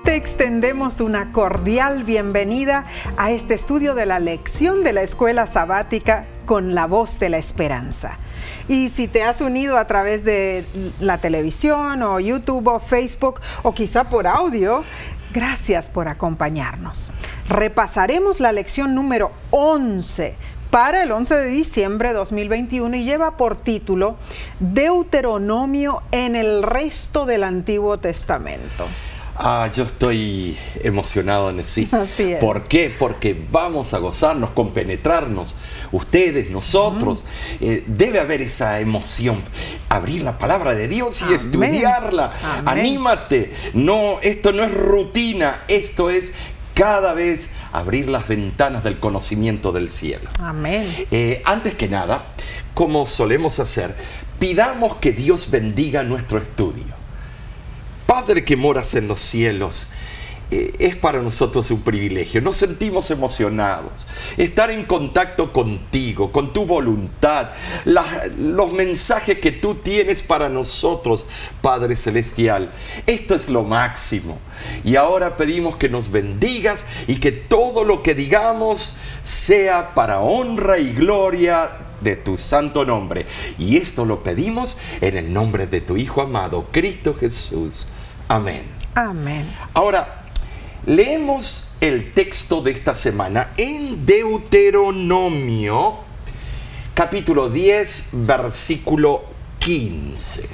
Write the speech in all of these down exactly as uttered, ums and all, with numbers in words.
Te extendemos una cordial bienvenida a este estudio de la lección de la Escuela Sabática con la voz de la esperanza. Y si te has unido a través de la televisión o YouTube o Facebook o quizá por audio, gracias por acompañarnos. Repasaremos la lección número once para el once de diciembre de dos mil veintiuno y lleva por título Deuteronomio en el resto del Antiguo Testamento. Ah, yo estoy emocionado, Nesí. Así es. ¿Por qué? Porque vamos a gozarnos, compenetrarnos, ustedes, nosotros. Mm. Eh, debe haber esa emoción. Abrir la palabra de Dios y Amén. Estudiarla. Amén. Anímate. No, esto no es rutina, esto es cada vez abrir las ventanas del conocimiento del cielo. Amén. Eh, antes que nada, como solemos hacer, pidamos que Dios bendiga nuestro estudio. Padre que moras en los cielos, eh, es para nosotros un privilegio. Nos sentimos emocionados. Estar en contacto contigo, con tu voluntad, la, los mensajes que tú tienes para nosotros, Padre Celestial. Esto es lo máximo. Y ahora pedimos que nos bendigas y que todo lo que digamos sea para honra y gloria de tu santo nombre. Y esto lo pedimos en el nombre de tu Hijo amado, Cristo Jesús. Amén. Amén. Ahora, leemos el texto de esta semana en Deuteronomio, capítulo diez, versículo quince.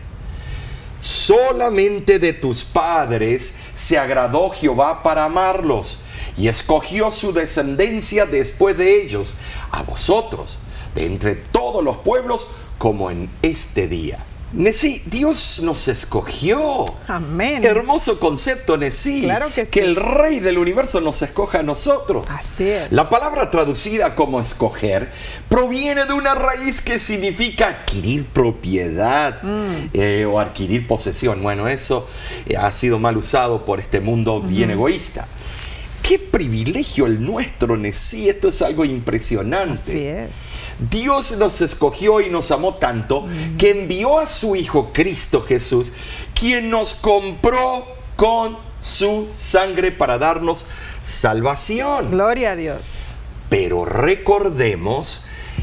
Solamente de tus padres se agradó Jehová para amarlos, y escogió su descendencia después de ellos, a vosotros, de entre todos los pueblos, como en este día. Nesí, Dios nos escogió. Amén. Hermoso concepto, Nesí. Claro que sí. Que el Rey del universo nos escoja a nosotros. Así es. La palabra traducida como escoger proviene de una raíz que significa adquirir propiedad mm. eh, o adquirir posesión. Bueno, eso eh, ha sido mal usado por este mundo mm. bien egoísta. ¡Qué privilegio el nuestro, Nesí! Esto es algo impresionante. Así es. Dios nos escogió y nos amó tanto mm. que envió a su Hijo Cristo Jesús, quien nos compró con su sangre para darnos salvación. Gloria a Dios. Pero recordemos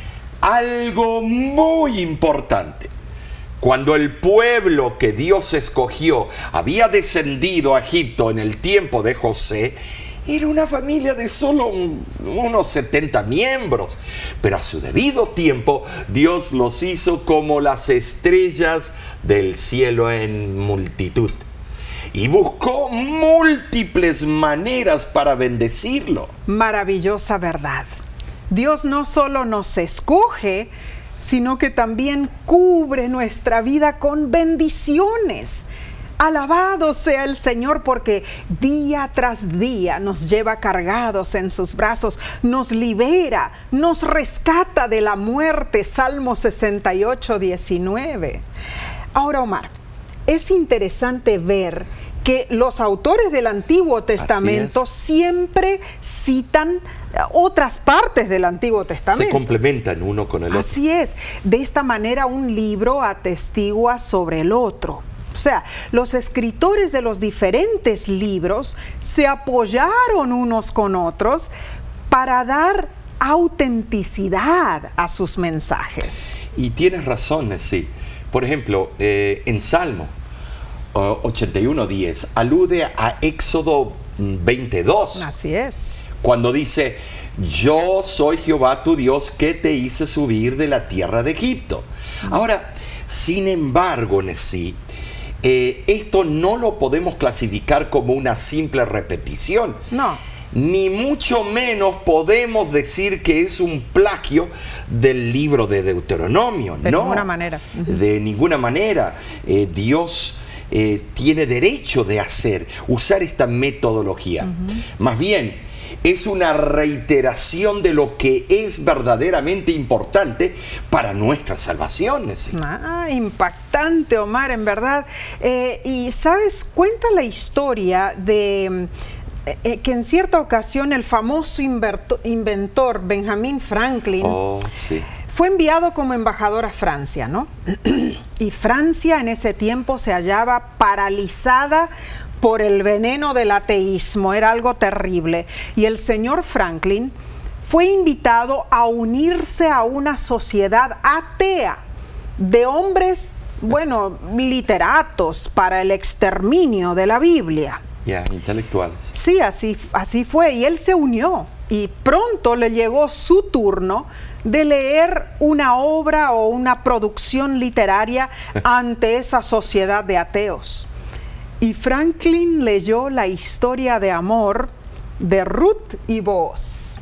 algo muy importante. Cuando el pueblo que Dios escogió había descendido a Egipto en el tiempo de José, era una familia de solo un, unos setenta miembros, pero a su debido tiempo Dios los hizo como las estrellas del cielo en multitud y buscó múltiples maneras para bendecirlo. Maravillosa verdad. Dios no solo nos escoge, sino que también cubre nuestra vida con bendiciones. Alabado sea el Señor, porque día tras día nos lleva cargados en sus brazos, nos libera, nos rescata de la muerte. Salmo sesenta y ocho, diecinueve. Ahora, Omar, es interesante ver que los autores del Antiguo Testamento siempre citan otras partes del Antiguo Testamento. Se complementan uno con el otro. Así es. De esta manera, un libro atestigua sobre el otro. O sea, los escritores de los diferentes libros se apoyaron unos con otros para dar autenticidad a sus mensajes. Y tienes razón, sí. Por ejemplo, eh, en Salmo uh, ochenta y uno, diez alude a Éxodo veintidós. Así es. Cuando dice, yo soy Jehová tu Dios que te hice subir de la tierra de Egipto. Mm. Ahora, sin embargo, Nesí, Eh, esto no lo podemos clasificar como una simple repetición. No. Ni mucho menos podemos decir que es un plagio del libro de Deuteronomio. De no, ninguna manera. De ninguna manera. Eh, Dios eh, tiene derecho de hacer, usar esta metodología. Uh-huh. Más bien, es una reiteración de lo que es verdaderamente importante para nuestra salvación. Ah, impactante, Omar, en verdad. Eh, y, ¿sabes? Cuenta la historia de eh, que en cierta ocasión el famoso inverto, inventor Benjamin Franklin oh, sí. fue enviado como embajador a Francia, ¿no? Y Francia en ese tiempo se hallaba paralizada por el veneno del ateísmo, era algo terrible. Y el señor Franklin fue invitado a unirse a una sociedad atea de hombres, bueno, literatos para el exterminio de la Biblia. Ya, yeah, intelectuales. Sí, así, así fue. Y él se unió. Y pronto le llegó su turno de leer una obra o una producción literaria ante esa sociedad de ateos. Y Franklin leyó la historia de amor de Ruth y Boaz.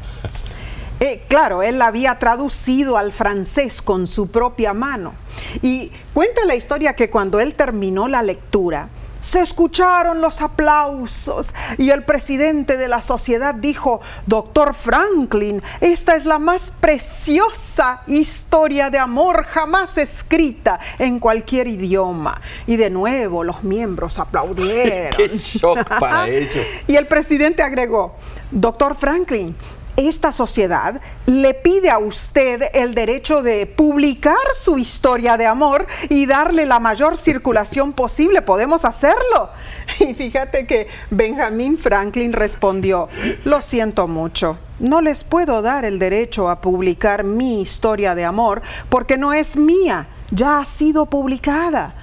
Eh, claro, él la había traducido al francés con su propia mano. Y cuenta la historia que cuando él terminó la lectura, se escucharon los aplausos y el presidente de la sociedad dijo: doctor Franklin, esta es la más preciosa historia de amor jamás escrita en cualquier idioma. Y de nuevo los miembros aplaudieron. ¡Qué shock para ellos! Y el presidente agregó: doctor Franklin, esta sociedad le pide a usted el derecho de publicar su historia de amor y darle la mayor circulación posible. ¿Podemos hacerlo? Y fíjate que Benjamin Franklin respondió: lo siento mucho, no les puedo dar el derecho a publicar mi historia de amor porque no es mía, ya ha sido publicada.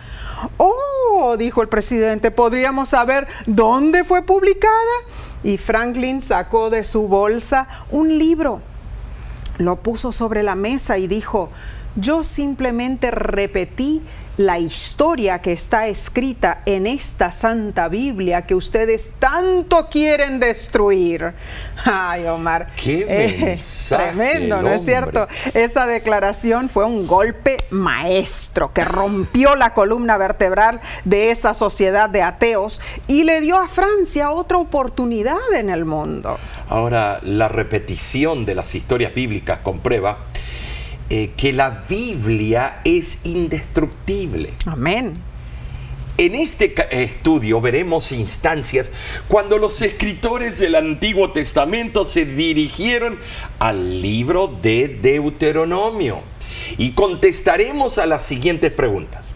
Oh, dijo el presidente, ¿podríamos saber dónde fue publicada? Y Franklin sacó de su bolsa un libro, lo puso sobre la mesa y dijo: yo simplemente repetí la historia que está escrita en esta Santa Biblia que ustedes tanto quieren destruir. Ay, Omar. ¡Qué mensaje! Eh, tremendo, ¿no es cierto? Esa declaración fue un golpe maestro que rompió la columna vertebral de esa sociedad de ateos y le dio a Francia otra oportunidad en el mundo. Ahora, la repetición de las historias bíblicas comprueba Eh, que la Biblia es indestructible. Amén. En este estudio veremos instancias cuando los escritores del Antiguo Testamento se dirigieron al libro de Deuteronomio y contestaremos a las siguientes preguntas.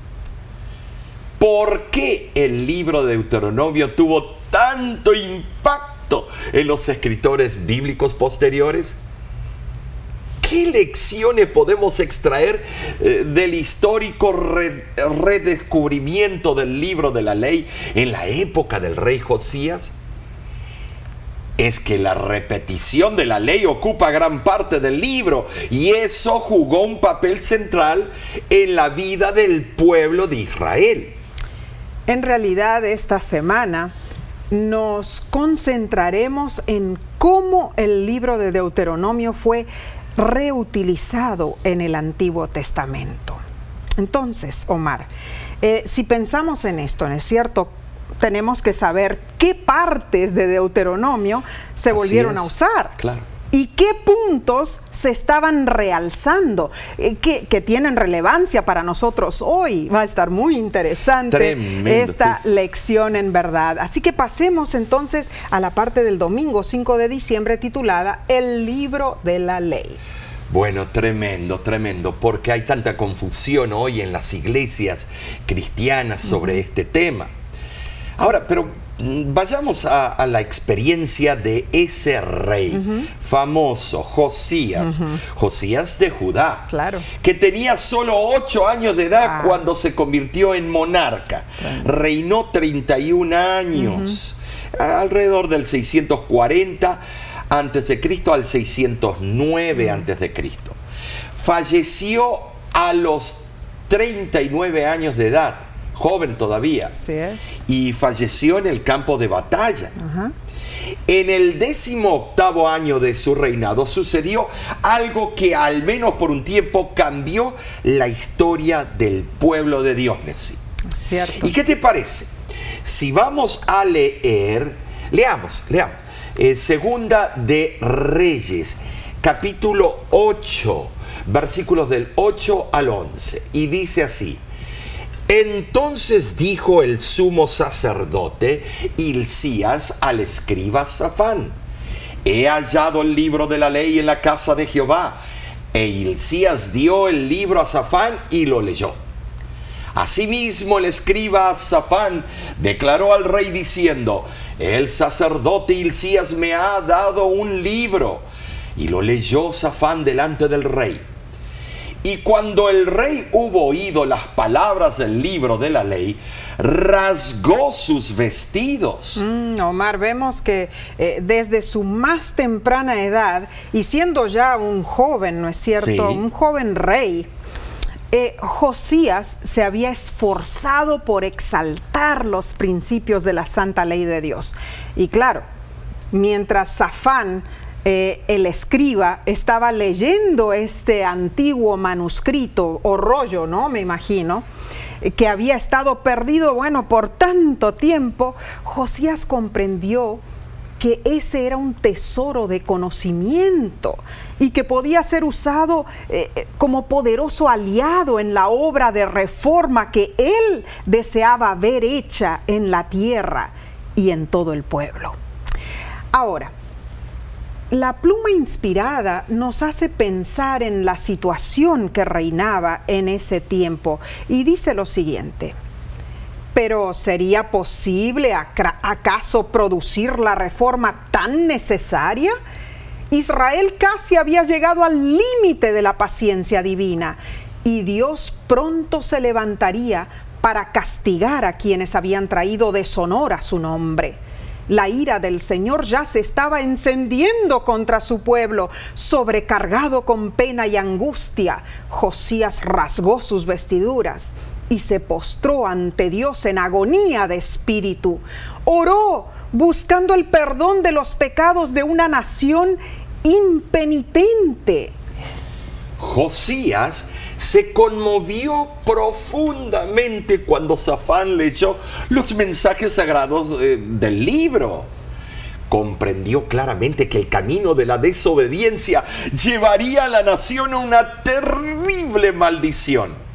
¿Por qué el libro de Deuteronomio tuvo tanto impacto en los escritores bíblicos posteriores? ¿Qué lecciones podemos extraer eh, del histórico re- redescubrimiento del libro de la ley en la época del rey Josías? Es que la repetición de la ley ocupa gran parte del libro y eso jugó un papel central en la vida del pueblo de Israel. En realidad, esta semana nos concentraremos en cómo el libro de Deuteronomio fue reutilizado en el Antiguo Testamento. Entonces, Omar, eh, si pensamos en esto, ¿no es cierto? Tenemos que saber qué partes de Deuteronomio se Así volvieron es. a usar. Claro. ¿Y qué puntos se estaban realzando? Eh, que, que tienen relevancia para nosotros hoy. Va a estar muy interesante Tremendo, esta sí. lección en verdad. Así que pasemos entonces a la parte del domingo cinco de diciembre titulada El libro de la ley. Bueno, tremendo, tremendo, porque hay tanta confusión hoy en las iglesias cristianas sobre uh-huh. este tema. Ahora, pero vayamos a, a la experiencia de ese rey uh-huh. famoso, Josías, uh-huh. Josías de Judá, claro. que tenía solo ocho años de edad ah. cuando se convirtió en monarca. Claro. Reinó treinta y un años, uh-huh. alrededor del seiscientos cuarenta antes de Cristo al seiscientos nueve uh-huh. antes de Cristo. Falleció a los treinta y nueve años de edad. Joven todavía, Así es. y falleció en el campo de batalla. Uh-huh. En el décimo octavo año de su reinado sucedió algo que al menos por un tiempo cambió la historia del pueblo de Dios, Nessie. Cierto. ¿Y qué te parece? Si vamos a leer, leamos, leamos, eh, Segunda de Reyes, capítulo ocho, versículos del ocho al once, y dice así: Entonces dijo el sumo sacerdote Hilcías al escriba Safán: He hallado el libro de la ley en la casa de Jehová. E Hilcías dio el libro a Safán y lo leyó. Asimismo, el escriba Safán declaró al rey diciendo: el sacerdote Hilcías me ha dado un libro. Y lo leyó Safán delante del rey. Y cuando el rey hubo oído las palabras del libro de la ley, rasgó sus vestidos. Mm, Omar, vemos que eh, desde su más temprana edad, y siendo ya un joven, ¿no es cierto? Sí. Un joven rey, eh, Josías se había esforzado por exaltar los principios de la santa ley de Dios. Y claro, mientras Safán, Eh, el escriba, estaba leyendo este antiguo manuscrito o rollo, ¿no? Me imagino, eh, que había estado perdido, bueno, por tanto tiempo, Josías comprendió que ese era un tesoro de conocimiento y que podía ser usado eh, como poderoso aliado en la obra de reforma que él deseaba ver hecha en la tierra y en todo el pueblo. Ahora, la pluma inspirada nos hace pensar en la situación que reinaba en ese tiempo y dice lo siguiente: ¿pero sería posible acaso producir la reforma tan necesaria? Israel casi había llegado al límite de la paciencia divina y Dios pronto se levantaría para castigar a quienes habían traído deshonor a su nombre. La ira del Señor ya se estaba encendiendo contra su pueblo. Sobrecargado con pena y angustia, Josías rasgó sus vestiduras y se postró ante Dios en agonía de espíritu. Oró buscando el perdón de los pecados de una nación impenitente. Josías se conmovió profundamente cuando Safán leyó los mensajes sagrados eh, del libro. Comprendió claramente que el camino de la desobediencia llevaría a la nación a una terrible maldición.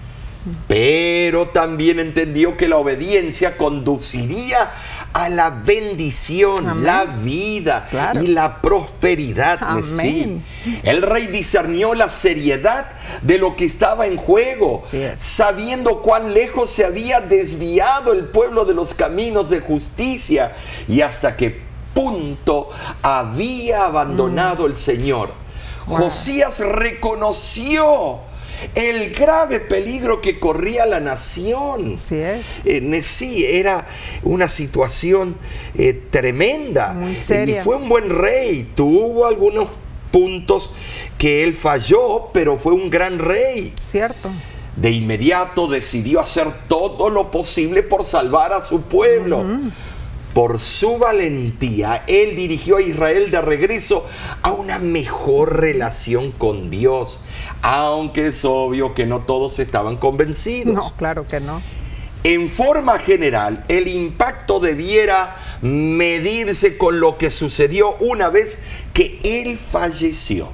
Pero también entendió que la obediencia conduciría a la bendición, Amén. La vida claro. y la prosperidad. Amén. Sí. El rey discernió la seriedad de lo que estaba en juego, sí. sabiendo cuán lejos se había desviado el pueblo de los caminos de justicia y hasta qué punto había abandonado mm. el Señor. Wow. Josías reconoció el grave peligro que corría la nación. Así es. Eh, sí, era una situación eh, tremenda. Muy seria. Y fue un buen rey. Tuvo algunos puntos que él falló, pero fue un gran rey. Cierto. De inmediato decidió hacer todo lo posible por salvar a su pueblo. Uh-huh. Por su valentía, él dirigió a Israel de regreso a una mejor relación con Dios, aunque es obvio que no todos estaban convencidos. No, claro que no. En forma general, el impacto debiera medirse con lo que sucedió una vez que él falleció.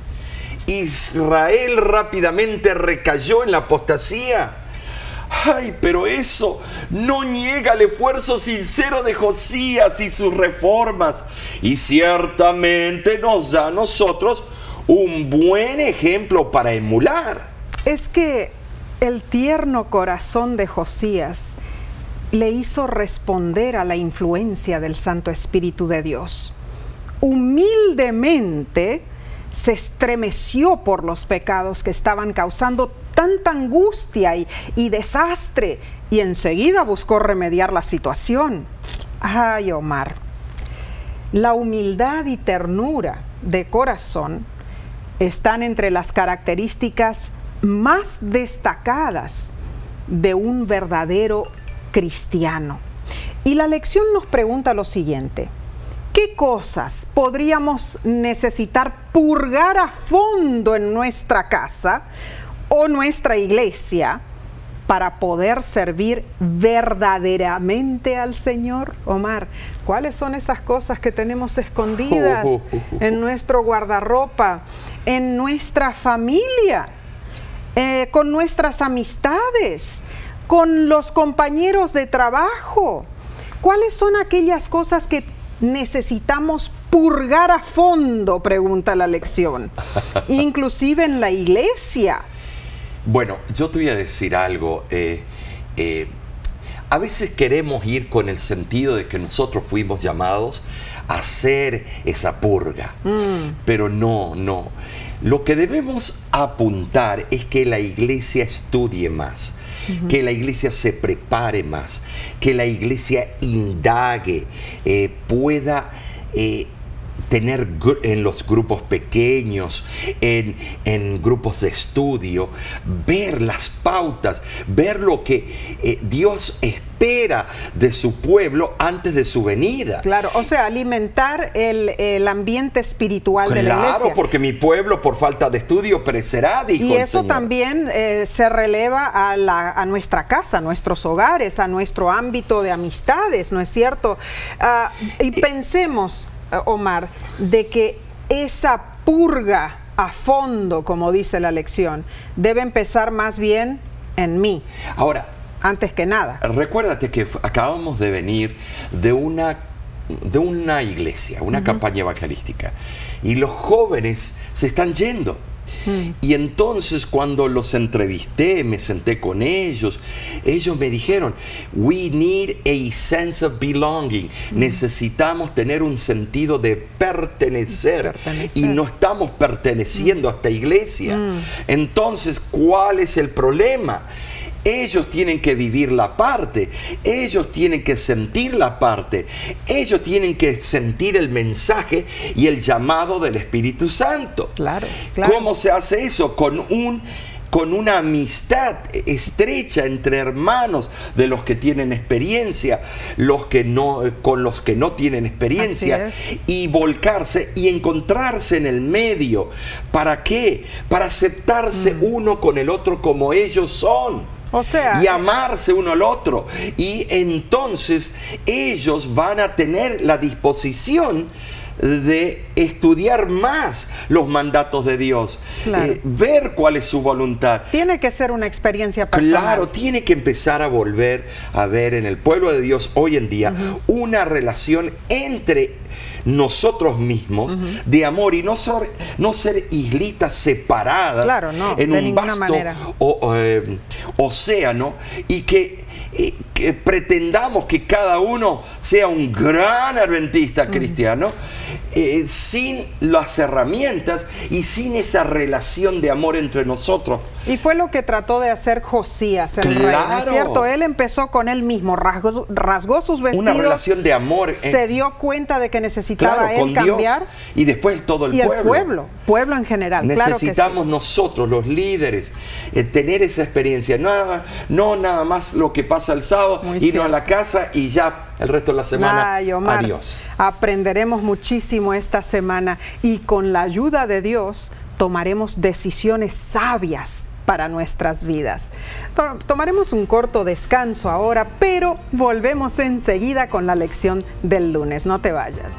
Israel rápidamente recayó en la apostasía. Ay, pero eso no niega el esfuerzo sincero de Josías y sus reformas, y ciertamente nos da a nosotros un buen ejemplo para emular. Es que el tierno corazón de Josías le hizo responder a la influencia del Santo Espíritu de Dios. Humildemente se estremeció por los pecados que estaban causando tanta angustia y, y desastre, y enseguida buscó remediar la situación. Ay, Omar, la humildad y ternura de corazón están entre las características más destacadas de un verdadero cristiano. Y la lección nos pregunta lo siguiente: ¿qué cosas podríamos necesitar purgar a fondo en nuestra casa o nuestra iglesia para poder servir verdaderamente al Señor? Omar, ¿cuáles son esas cosas que tenemos escondidas en nuestro guardarropa, en nuestra familia, eh, con nuestras amistades, con los compañeros de trabajo? ¿Cuáles son aquellas cosas que necesitamos purgar a fondo? Pregunta la lección. Inclusive en la iglesia. Bueno, yo te voy a decir algo. Eh, eh, a veces queremos ir con el sentido de que nosotros fuimos llamados a hacer esa purga, mm. pero no, no. Lo que debemos apuntar es que la iglesia estudie más, uh-huh. que la iglesia se prepare más, que la iglesia indague, eh, pueda eh, tener gr- en los grupos pequeños, en, en grupos de estudio, ver las pautas, ver lo que eh, Dios espera de su pueblo antes de su venida. Claro, o sea, alimentar el, el ambiente espiritual claro, de la iglesia. Claro, porque mi pueblo por falta de estudio perecerá, dijo el Señor. Y eso también eh, se releva a, la, a nuestra casa, a nuestros hogares, a nuestro ámbito de amistades, ¿no es cierto? Uh, y pensemos, Omar, de que esa purga a fondo, como dice la lección, debe empezar más bien en mí. Ahora, antes que nada. Recuérdate que acabamos de venir de una, de una iglesia, una uh-huh. campaña evangelística, y los jóvenes se están yendo. Mm. Y entonces cuando los entrevisté, me senté con ellos, ellos me dijeron, we need a sense of belonging. Mm. Necesitamos tener un sentido de pertenecer, pertenecer. Y no estamos perteneciendo mm. a esta iglesia. Mm. Entonces, ¿cuál es el problema? Ellos tienen que vivir la parte, ellos tienen que sentir la parte, ellos tienen que sentir el mensaje y el llamado del Espíritu Santo. Claro, claro. ¿Cómo se hace eso? Con un con una amistad estrecha entre hermanos de los que tienen experiencia, los que no, con los que no tienen experiencia, y volcarse y encontrarse en el medio. ¿Para qué? Para aceptarse mm. uno con el otro como ellos son. O sea, y amarse uno al otro. Y entonces ellos van a tener la disposición de estudiar más los mandatos de Dios, claro. eh, ver cuál es su voluntad. Tiene que ser una experiencia personal. Claro, tiene que empezar a volver a ver en el pueblo de Dios hoy en día uh-huh. una relación entre nosotros mismos uh-huh. de amor y no ser, no ser islitas separadas claro, no, en un vasto o, o, eh, océano y que Eh, que pretendamos que cada uno sea un gran adventista mm. cristiano eh, sin las herramientas y sin esa relación de amor entre nosotros. Y fue lo que trató de hacer Josías, el claro. rey, ¿no es cierto? Él empezó con él mismo, rasgó, rasgó sus vestidos. Una relación de amor. Se eh, dio cuenta de que necesitaba claro, él con cambiar. Dios y después todo el y pueblo. el pueblo, pueblo en general. Necesitamos claro que sí. nosotros, los líderes, eh, tener esa experiencia. Nada, no nada más lo que pasa el sábado, Muy irnos cierto. a la casa y ya el resto de la semana, Ay, Omar, adiós. Aprenderemos muchísimo esta semana y con la ayuda de Dios tomaremos decisiones sabias para nuestras vidas. Tomaremos un corto descanso ahora, pero volvemos enseguida con la lección del lunes. No te vayas.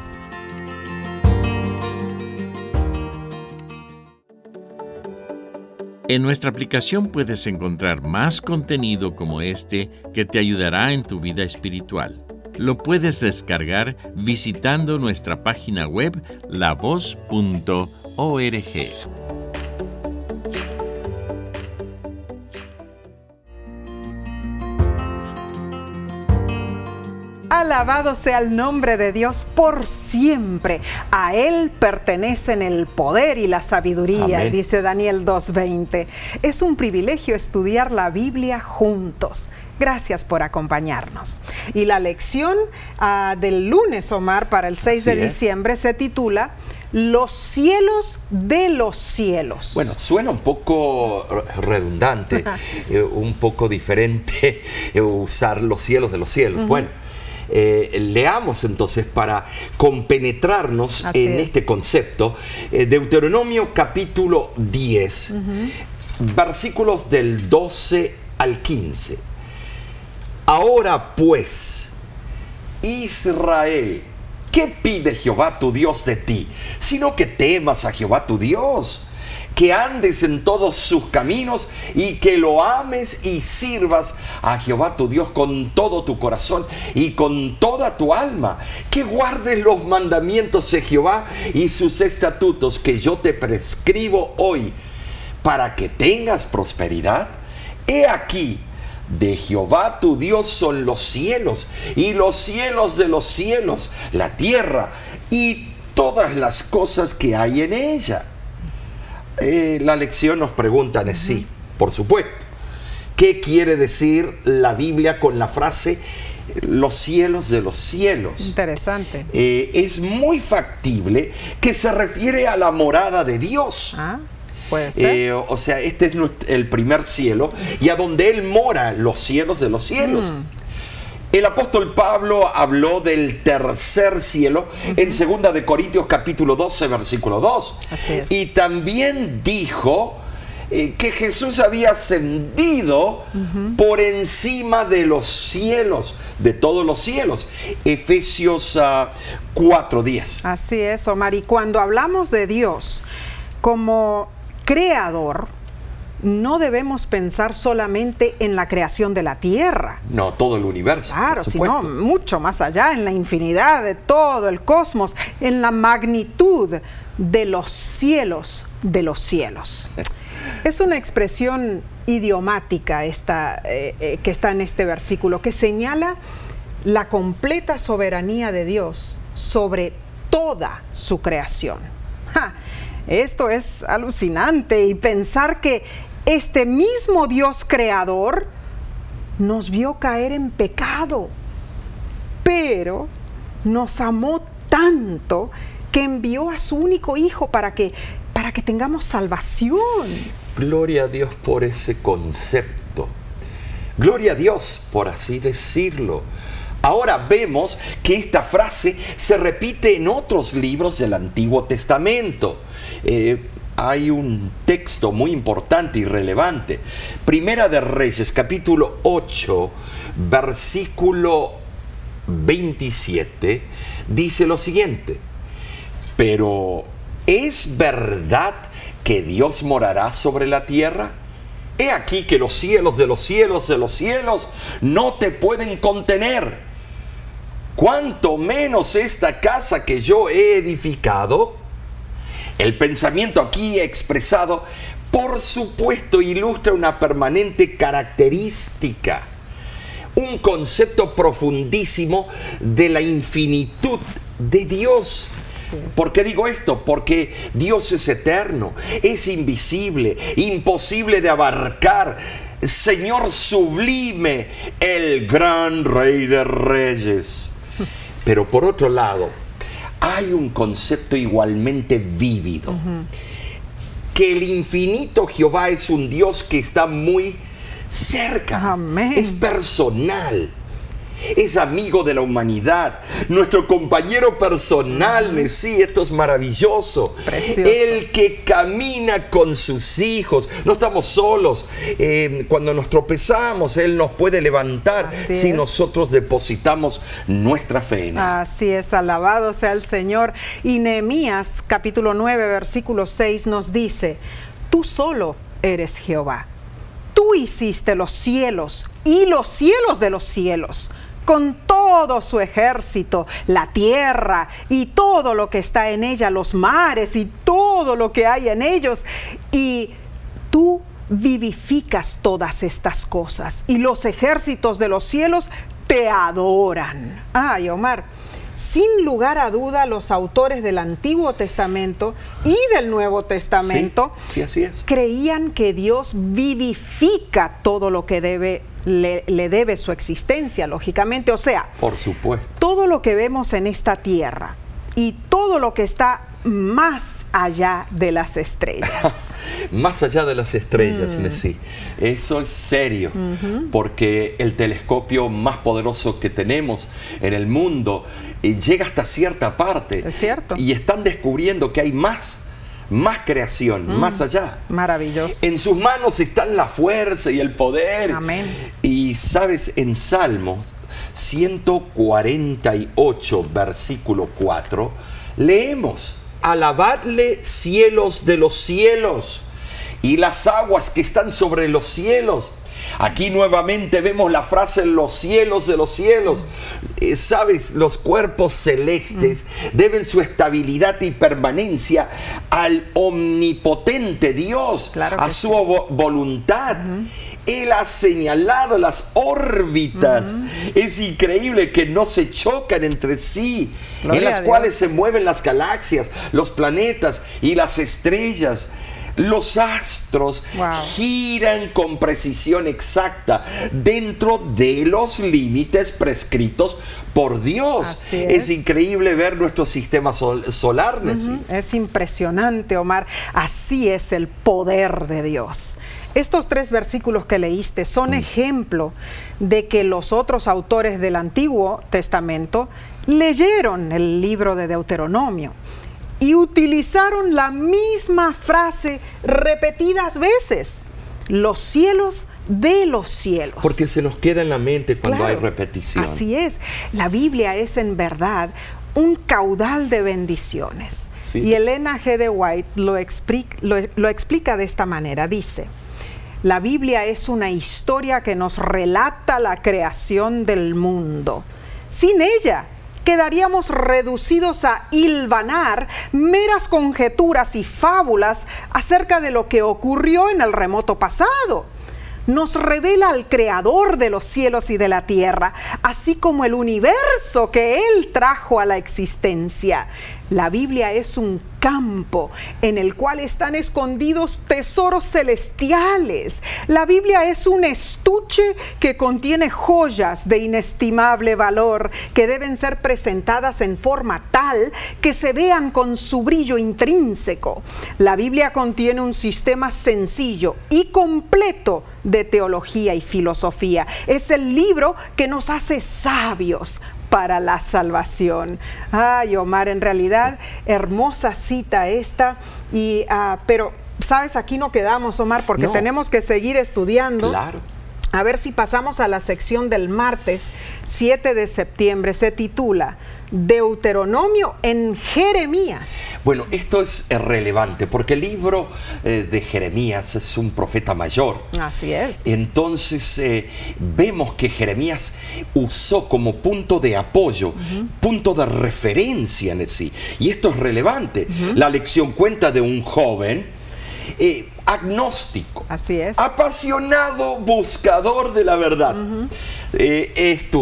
En nuestra aplicación puedes encontrar más contenido como este que te ayudará en tu vida espiritual. Lo puedes descargar visitando nuestra página web la voz punto org. Alabado sea el nombre de Dios por siempre. A Él pertenecen el poder y la sabiduría, Amén. Dice Daniel dos veinte. Es un privilegio estudiar la Biblia juntos. Gracias por acompañarnos. Y la lección uh, del lunes, Omar, para el seis Así de es. diciembre se titula Los cielos de los cielos. Bueno, suena un poco redundante, eh, un poco diferente eh, usar los cielos de los cielos. Uh-huh. Bueno, eh, leamos entonces para compenetrarnos Así en es. este concepto. Eh, Deuteronomio capítulo diez, uh-huh. versículos del doce al quince. Ahora pues, Israel, ¿qué pide Jehová tu Dios de ti? Sino que temas a Jehová tu Dios, que andes en todos sus caminos y que lo ames y sirvas a Jehová tu Dios con todo tu corazón y con toda tu alma, que guardes los mandamientos de Jehová y sus estatutos que yo te prescribo hoy, para que tengas prosperidad? He aquí, de Jehová tu Dios son los cielos, y los cielos de los cielos, la tierra, y todas las cosas que hay en ella. Eh, la lección nos pregunta en sí, por supuesto. ¿Qué quiere decir la Biblia con la frase los cielos de los cielos? Interesante. Eh, es muy factible que se refiere a la morada de Dios. Ah, puede ser. Eh, o sea, este es el primer cielo y a donde Él mora, los cielos de los cielos. Mm. El apóstol Pablo habló del tercer cielo uh-huh. en segunda de Corintios capítulo doce, versículo dos. Así es. Y también dijo eh, que Jesús había ascendido uh-huh. por encima de los cielos, de todos los cielos. Efesios uh, cuatro diez. Así es, Omar. Y cuando hablamos de Dios como creador, no debemos pensar solamente en la creación de la tierra. No, todo el universo. Claro, sino mucho más allá, en la infinidad de todo el cosmos, en la magnitud de los cielos de los cielos. Es una expresión idiomática esta, eh, eh, que está en este versículo, que señala la completa soberanía de Dios sobre toda su creación. ¡Ja! Esto es alucinante, y pensar que este mismo Dios creador nos vio caer en pecado, pero nos amó tanto que envió a su único hijo para que, para que tengamos salvación. Gloria a Dios por ese concepto. Gloria a Dios por así decirlo. Ahora vemos que esta frase se repite en otros libros del Antiguo Testamento. Eh, hay un texto muy importante y relevante. Primera de Reyes, capítulo ocho, versículo veintisiete, dice lo siguiente: pero ¿es verdad que Dios morará sobre la tierra? He aquí que los cielos de los cielos de los cielos no te pueden contener. ¿Cuánto menos esta casa que yo he edificado? El pensamiento aquí expresado, por supuesto, ilustra una permanente característica, un concepto profundísimo de la infinitud de Dios. ¿Por qué digo esto? Porque Dios es eterno, es invisible, imposible de abarcar, Señor sublime, el gran Rey de Reyes. Pero por otro lado, hay un concepto igualmente vívido, uh-huh. que el infinito Jehová es un Dios que está muy cerca. Amén. Es personal, es amigo de la humanidad, nuestro compañero personal. Uh-huh. Sí, esto es maravilloso. Precioso. El que camina con sus hijos, no estamos solos. Eh, cuando nos tropezamos, Él nos puede levantar. Así si es. Nosotros depositamos nuestra fe en Él. Así es, alabado sea el Señor. Y Nehemías capítulo nueve, versículo seis nos dice: tú solo eres Jehová. Tú hiciste los cielos y los cielos de los cielos, con todo su ejército, la tierra y todo lo que está en ella, los mares y todo lo que hay en ellos. Y tú vivificas todas estas cosas, y los ejércitos de los cielos te adoran. Ay, Omar, sin lugar a duda, los autores del Antiguo Testamento y del Nuevo Testamento sí, sí, así es. creían que Dios vivifica todo lo que debe Le, le debe su existencia, lógicamente. O sea, por supuesto, todo lo que vemos en esta tierra y todo lo que está más allá de las estrellas. Más allá de las estrellas, mm. sí. Eso es serio, uh-huh. porque el telescopio más poderoso que tenemos en el mundo eh, llega hasta cierta parte. Es cierto. Y están descubriendo que hay más. Más creación, mm, más allá. Maravilloso. En sus manos están la fuerza y el poder. Amén. Y sabes, en Salmos ciento cuarenta y ocho, versículo cuatro, leemos: alabadle cielos de los cielos y las aguas que están sobre los cielos, Aquí nuevamente vemos la frase los cielos de los cielos. Eh, Sabes, los cuerpos celestes mm. deben su estabilidad y permanencia al omnipotente Dios, claro a sí. su vo voluntad. Uh-huh. Él ha señalado las órbitas. Uh-huh. Es increíble que no se chocan entre sí, Gloria en las cuales se mueven las galaxias, los planetas y las estrellas. Los astros wow. giran con precisión exacta dentro de los límites prescritos por Dios. Así es. Es increíble ver nuestro sistema sol solar. Uh-huh. Es impresionante, Omar. Así es el poder de Dios. Estos tres versículos que leíste son mm. ejemplo de que los otros autores del Antiguo Testamento leyeron el libro de Deuteronomio y utilizaron la misma frase repetidas veces: los cielos de los cielos. Porque se nos queda en la mente cuando claro, hay repetición. Así es. La Biblia es en verdad un caudal de bendiciones. Sí. Y Elena G. de White lo explica, lo, lo explica de esta manera. Dice: la Biblia es una historia que nos relata la creación del mundo. Sin ella, quedaríamos reducidos a hilvanar meras conjeturas y fábulas acerca de lo que ocurrió en el remoto pasado. Nos revela al Creador de los cielos y de la tierra, así como el universo que Él trajo a la existencia. La Biblia es un campo en el cual están escondidos tesoros celestiales. La Biblia es un estuche que contiene joyas de inestimable valor que deben ser presentadas en forma tal que se vean con su brillo intrínseco. La Biblia contiene un sistema sencillo y completo de teología y filosofía. Es el libro que nos hace sabios para la salvación. Ay, Omar, en realidad, hermosa cita esta, y, uh, pero, ¿sabes? Aquí no quedamos, Omar, porque no. tenemos que seguir estudiando. Claro. A ver si pasamos a la sección del martes siete de septiembre. Se titula Deuteronomio en Jeremías. Bueno, esto es relevante porque el libro eh, de Jeremías es un profeta mayor. Así es. Entonces eh, vemos que Jeremías usó como punto de apoyo, uh-huh. punto de referencia en sí. Y esto es relevante. Uh-huh. La lección cuenta de un joven Eh, agnóstico, así es, apasionado buscador de la verdad. Uh-huh. eh,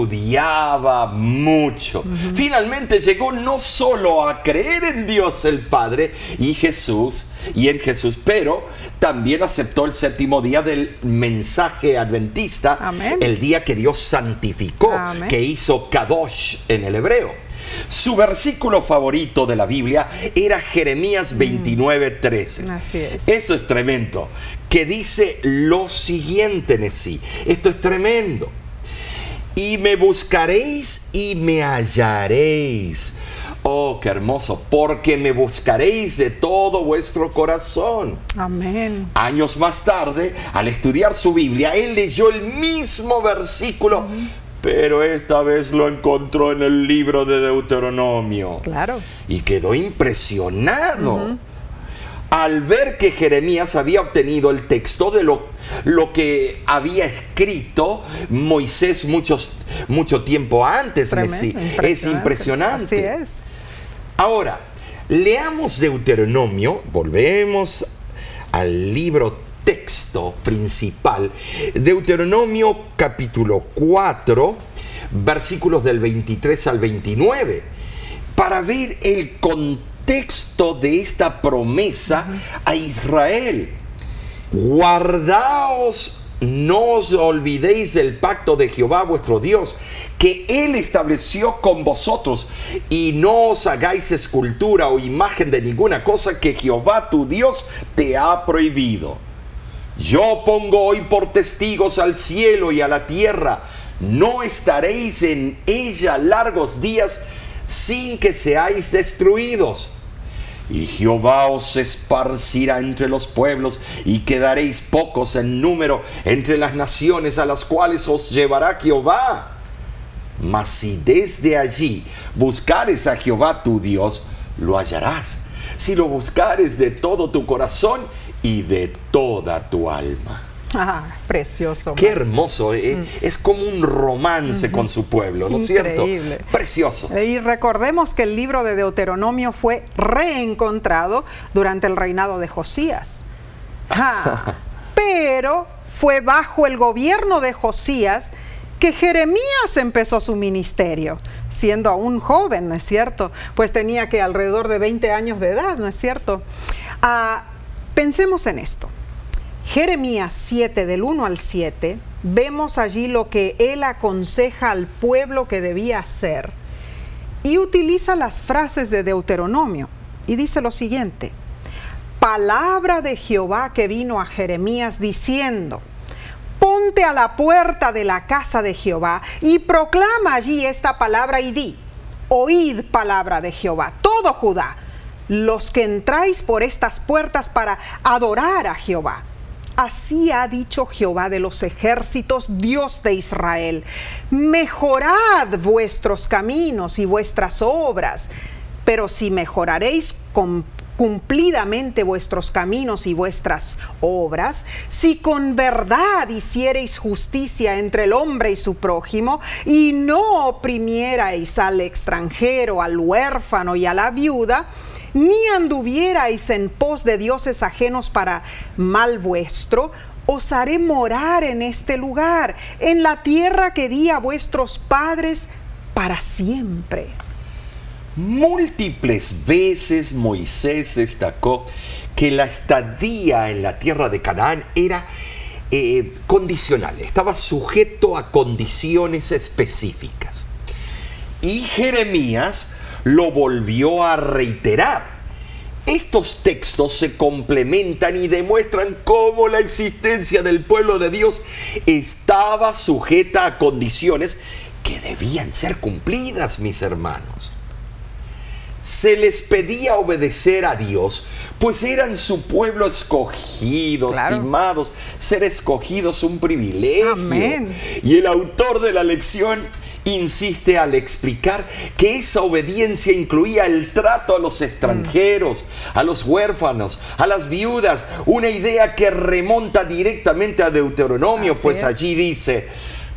estudiaba mucho. Uh-huh. Finalmente llegó no solo a creer en Dios el Padre y Jesús y en Jesús, pero también aceptó el séptimo día del mensaje adventista. Amén. El día que Dios santificó. Amén. Que hizo Kadosh en el hebreo. Su versículo favorito de la Biblia era Jeremías veintinueve trece. Así es. Eso es tremendo. Que dice lo siguiente en sí. Esto es tremendo. Y me buscaréis y me hallaréis. Oh, qué hermoso. Porque me buscaréis de todo vuestro corazón. Amén. Años más tarde, al estudiar su Biblia, él leyó el mismo versículo. Uh-huh. Pero esta vez lo encontró en el libro de Deuteronomio. Claro. Y quedó impresionado. Uh-huh. Al ver que Jeremías había obtenido el texto de lo, lo que había escrito Moisés muchos, mucho tiempo antes. Tremendo, sí. impresionante. Es impresionante. Así es. Ahora, leamos Deuteronomio, volvemos al libro texto principal, Deuteronomio capítulo cuatro, versículos del veintitrés al veintinueve, para ver el contexto de esta promesa a Israel. Guardaos, no os olvidéis del pacto de Jehová vuestro Dios, que Él estableció con vosotros, y no os hagáis escultura o imagen de ninguna cosa que Jehová tu Dios te ha prohibido. Yo pongo hoy por testigos al cielo y a la tierra, no estaréis en ella largos días sin que seáis destruidos. Y Jehová os esparcirá entre los pueblos y quedaréis pocos en número entre las naciones a las cuales os llevará Jehová. Mas si desde allí buscares a Jehová tu Dios, lo hallarás. Si lo buscares de todo tu corazón y de toda tu alma. Ah, precioso. Qué Mar. hermoso. eh, Mm. Es como un romance con su pueblo, ¿no es cierto? Increíble. Precioso. Y recordemos que el libro de Deuteronomio fue reencontrado durante el reinado de Josías. Ah, pero fue bajo el gobierno de Josías que Jeremías empezó su ministerio, siendo aún joven, ¿no es cierto? Pues tenía que alrededor de veinte años de edad, ¿no es cierto? Ah, pensemos en esto. Jeremías siete, del uno al siete, vemos allí lo que él aconseja al pueblo que debía hacer y utiliza las frases de Deuteronomio y dice lo siguiente: palabra de Jehová que vino a Jeremías diciendo: ponte a la puerta de la casa de Jehová y proclama allí esta palabra y di: oíd palabra de Jehová, todo Judá, los que entráis por estas puertas para adorar a Jehová. Así ha dicho Jehová de los ejércitos, Dios de Israel: mejorad vuestros caminos y vuestras obras, pero si mejoraréis con cumplidamente vuestros caminos y vuestras obras, si con verdad hiciereis justicia entre el hombre y su prójimo, y no oprimierais al extranjero, al huérfano y a la viuda, ni anduvierais en pos de dioses ajenos para mal vuestro, os haré morar en este lugar, en la tierra que di a vuestros padres para siempre. Múltiples veces Moisés destacó que la estadía en la tierra de Canaán era eh, condicional, estaba sujeto a condiciones específicas. Y Jeremías lo volvió a reiterar. Estos textos se complementan y demuestran cómo la existencia del pueblo de Dios estaba sujeta a condiciones que debían ser cumplidas, mis hermanos. Se les pedía obedecer a Dios, pues eran su pueblo escogido, claro. estimados. Ser escogidos un privilegio. Amén. Y el autor de la lección insiste al explicar que esa obediencia incluía el trato a los extranjeros, mm. a los huérfanos, a las viudas, una idea que remonta directamente a Deuteronomio, Así pues es. Allí dice: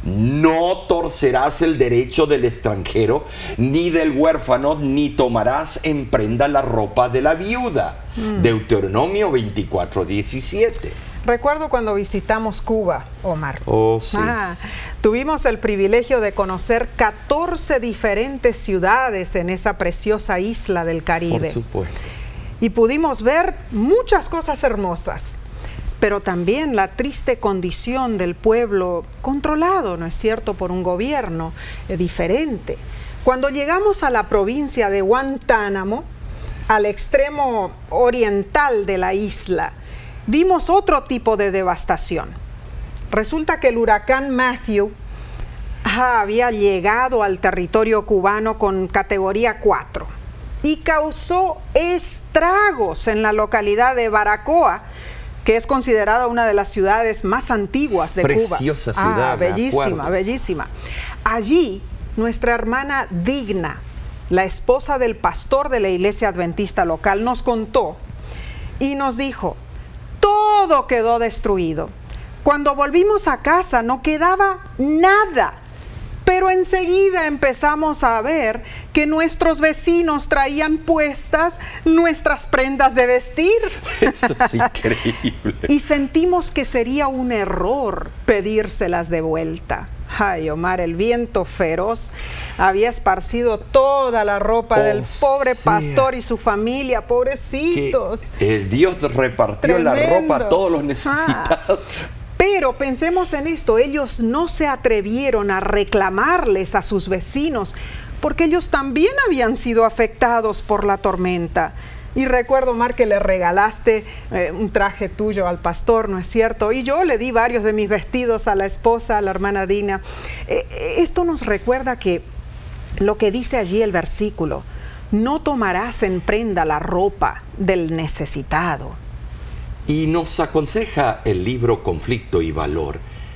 no torcerás el derecho del extranjero, ni del huérfano, ni tomarás en prenda la ropa de la viuda. Mm. Deuteronomio veinticuatro, diecisiete. Recuerdo cuando visitamos Cuba, Omar. Oh, sí. Ah, tuvimos el privilegio de conocer catorce diferentes ciudades en esa preciosa isla del Caribe. Por supuesto. Y pudimos ver muchas cosas hermosas, pero también la triste condición del pueblo controlado, ¿no es cierto?, por un gobierno eh, diferente. Cuando llegamos a la provincia de Guantánamo, al extremo oriental de la isla, vimos otro tipo de devastación. Resulta que el huracán Matthew ah, había llegado al territorio cubano con categoría cuatro y causó estragos en la localidad de Baracoa, que es considerada una de las ciudades más antiguas de Preciosa Cuba. Preciosa ciudad, ah, bellísima, bellísima. Allí, nuestra hermana Digna, la esposa del pastor de la iglesia adventista local, nos contó y nos dijo: todo quedó destruido. Cuando volvimos a casa no quedaba nada, pero enseguida empezamos a ver que nuestros vecinos traían puestas nuestras prendas de vestir. Eso es increíble. Y sentimos que sería un error pedírselas de vuelta. Ay, Omar, el viento feroz había esparcido toda la ropa oh, del pobre sea, pastor y su familia, pobrecitos. El Dios repartió Tremendo. La ropa a todos los necesitados. Ah. Pero pensemos en esto, ellos no se atrevieron a reclamarles a sus vecinos, porque ellos también habían sido afectados por la tormenta. Y recuerdo, Omar, que le regalaste eh, un traje tuyo al pastor, ¿no es cierto? Y yo le di varios de mis vestidos a la esposa, a la hermana Dina. Eh, esto nos recuerda que lo que dice allí el versículo: no tomarás en prenda la ropa del necesitado. Y nos aconseja el libro Conflicto y Valor: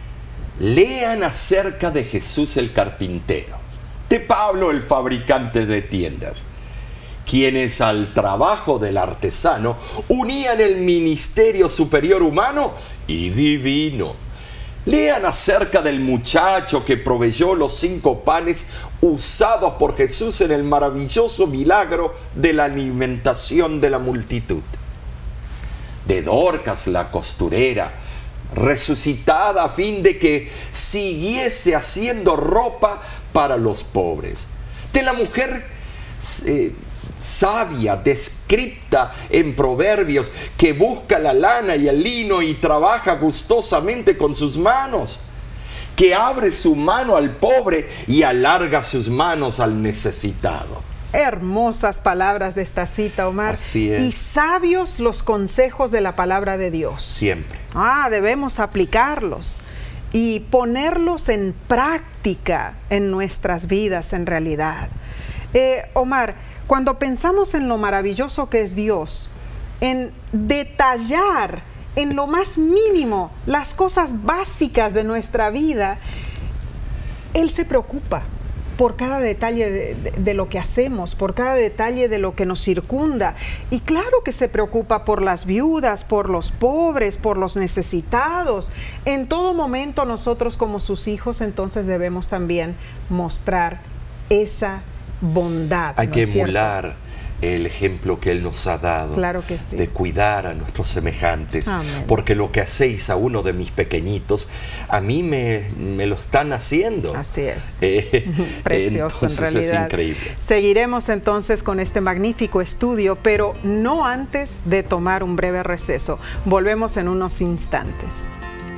lean acerca de Jesús el carpintero, de Pablo el fabricante de tiendas, quienes al trabajo del artesano unían el ministerio superior humano y divino. Lean acerca del muchacho que proveyó los cinco panes usados por Jesús en el maravilloso milagro de la alimentación de la multitud. De Dorcas, la costurera, resucitada a fin de que siguiese haciendo ropa para los pobres. De la mujer eh, sabia, descripta en Proverbios, que busca la lana y el lino y trabaja gustosamente con sus manos, que abre su mano al pobre y alarga sus manos al necesitado. Hermosas palabras de esta cita, Omar. Así es. Y sabios los consejos de la palabra de Dios. Siempre. Ah, debemos aplicarlos y ponerlos en práctica en nuestras vidas en realidad. Eh, Omar, cuando pensamos en lo maravilloso que es Dios, en detallar en lo más mínimo las cosas básicas de nuestra vida, Él se preocupa por cada detalle de, de, de lo que hacemos, por cada detalle de lo que nos circunda. Y claro que se preocupa por las viudas, por los pobres, por los necesitados. En todo momento nosotros como sus hijos entonces debemos también mostrar esa bondad. Hay ¿no que es cierto? emular el ejemplo que Él nos ha dado, Claro que sí. de cuidar a nuestros semejantes. Amén. Porque lo que hacéis a uno de mis pequeñitos, a mí me, me lo están haciendo. Así es. Eh, Precioso, en entonces realidad. es increíble. Seguiremos entonces con este magnífico estudio, pero no antes de tomar un breve receso. Volvemos en unos instantes.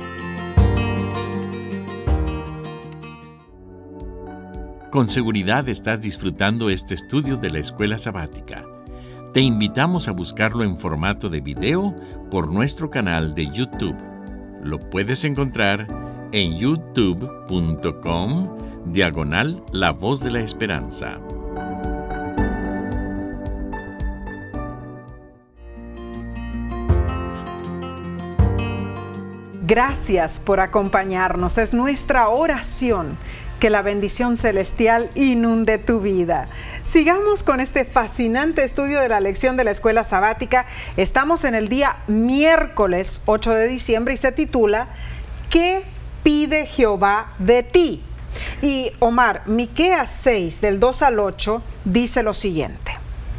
Con seguridad estás disfrutando este estudio de la Escuela Sabática. Te invitamos a buscarlo en formato de video por nuestro canal de YouTube. Lo puedes encontrar en youtube punto com diagonal La Voz de la Esperanza. Gracias por acompañarnos. Es nuestra oración que la bendición celestial inunde tu vida. Sigamos con este fascinante estudio de la lección de la Escuela Sabática. Estamos en el día miércoles ocho de diciembre y se titula ¿Qué pide Jehová de ti? Y Omar, Miqueas seis del dos al ocho dice lo siguiente: